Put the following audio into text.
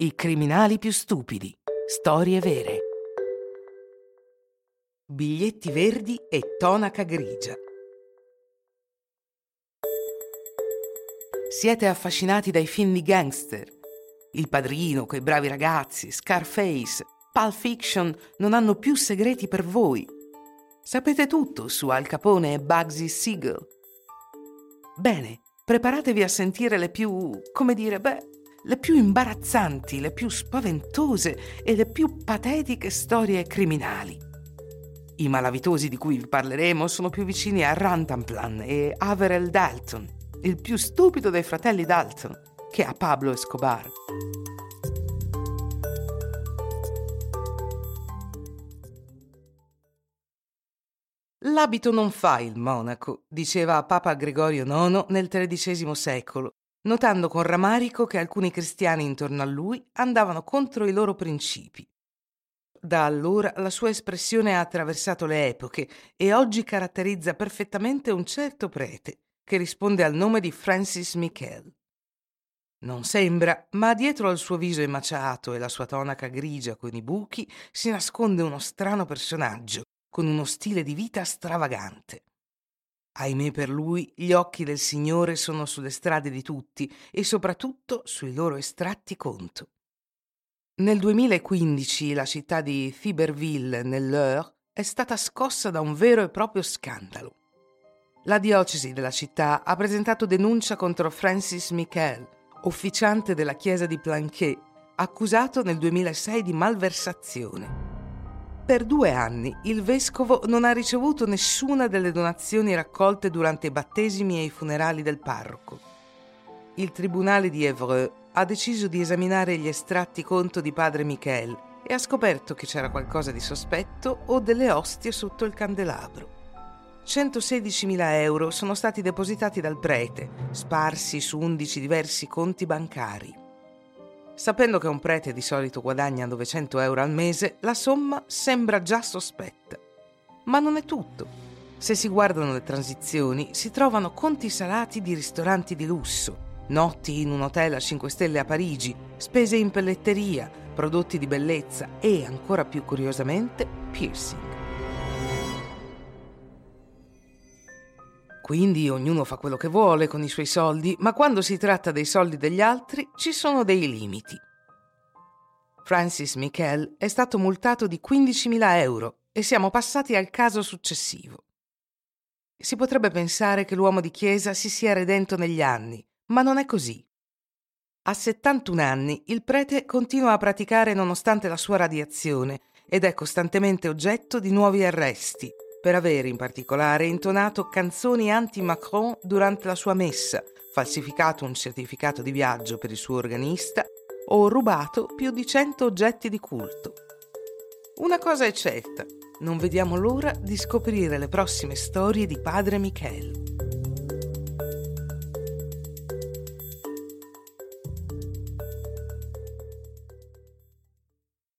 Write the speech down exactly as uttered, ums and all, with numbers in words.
I criminali più stupidi. Storie vere. Biglietti verdi e tonaca grigia. Siete affascinati dai film di gangster? Il Padrino, quei bravi ragazzi, Scarface, Pulp Fiction non hanno più segreti per voi. Sapete tutto su Al Capone e Bugsy Siegel. Bene, preparatevi a sentire le più, come dire, beh, le più imbarazzanti, le più spaventose e le più patetiche storie criminali. I malavitosi di cui vi parleremo sono più vicini a Rantanplan e Averell Dalton, il più stupido dei fratelli Dalton, che a Pablo Escobar. L'abito non fa il monaco, diceva Papa Gregorio nono nel tredicesimo secolo, notando con rammarico che alcuni cristiani intorno a lui andavano contro i loro principi. Da allora la sua espressione ha attraversato le epoche e oggi caratterizza perfettamente un certo prete, che risponde al nome di Francis Michael. Non sembra, ma dietro al suo viso emaciato e la sua tonaca grigia con i buchi si nasconde uno strano personaggio, con uno stile di vita stravagante. Ahimè per lui, gli occhi del Signore sono sulle strade di tutti e soprattutto sui loro estratti conto. Nel duemilaquindici la città di Thiberville, nell'Eure, è stata scossa da un vero e proprio scandalo. La diocesi della città ha presentato denuncia contro Francis Michael, officiante della chiesa di Planquet, accusato nel duemilasei di malversazione. Per due anni il vescovo non ha ricevuto nessuna delle donazioni raccolte durante i battesimi e i funerali del parroco. Il tribunale di Évreux ha deciso di esaminare gli estratti conto di padre Michael e ha scoperto che c'era qualcosa di sospetto o delle ostie sotto il candelabro. centosedicimila euro sono stati depositati dal prete, sparsi su undici diversi conti bancari. Sapendo che un prete di solito guadagna novecento euro al mese, la somma sembra già sospetta. Ma non è tutto. Se si guardano le transizioni, si trovano conti salati di ristoranti di lusso, notti in un hotel a cinque stelle a Parigi, spese in pelletteria, prodotti di bellezza e, ancora più curiosamente, piercing. Quindi ognuno fa quello che vuole con i suoi soldi, ma quando si tratta dei soldi degli altri ci sono dei limiti. Francis Michael è stato multato di quindicimila euro e siamo passati al caso successivo. Si potrebbe pensare che l'uomo di chiesa si sia redento negli anni, ma non è così. A settantuno anni il prete continua a praticare nonostante la sua radiazione ed è costantemente oggetto di nuovi arresti, per aver in particolare intonato canzoni anti-Macron durante la sua messa, falsificato un certificato di viaggio per il suo organista o rubato più di cento oggetti di culto. Una cosa è certa, non vediamo l'ora di scoprire le prossime storie di padre Michael.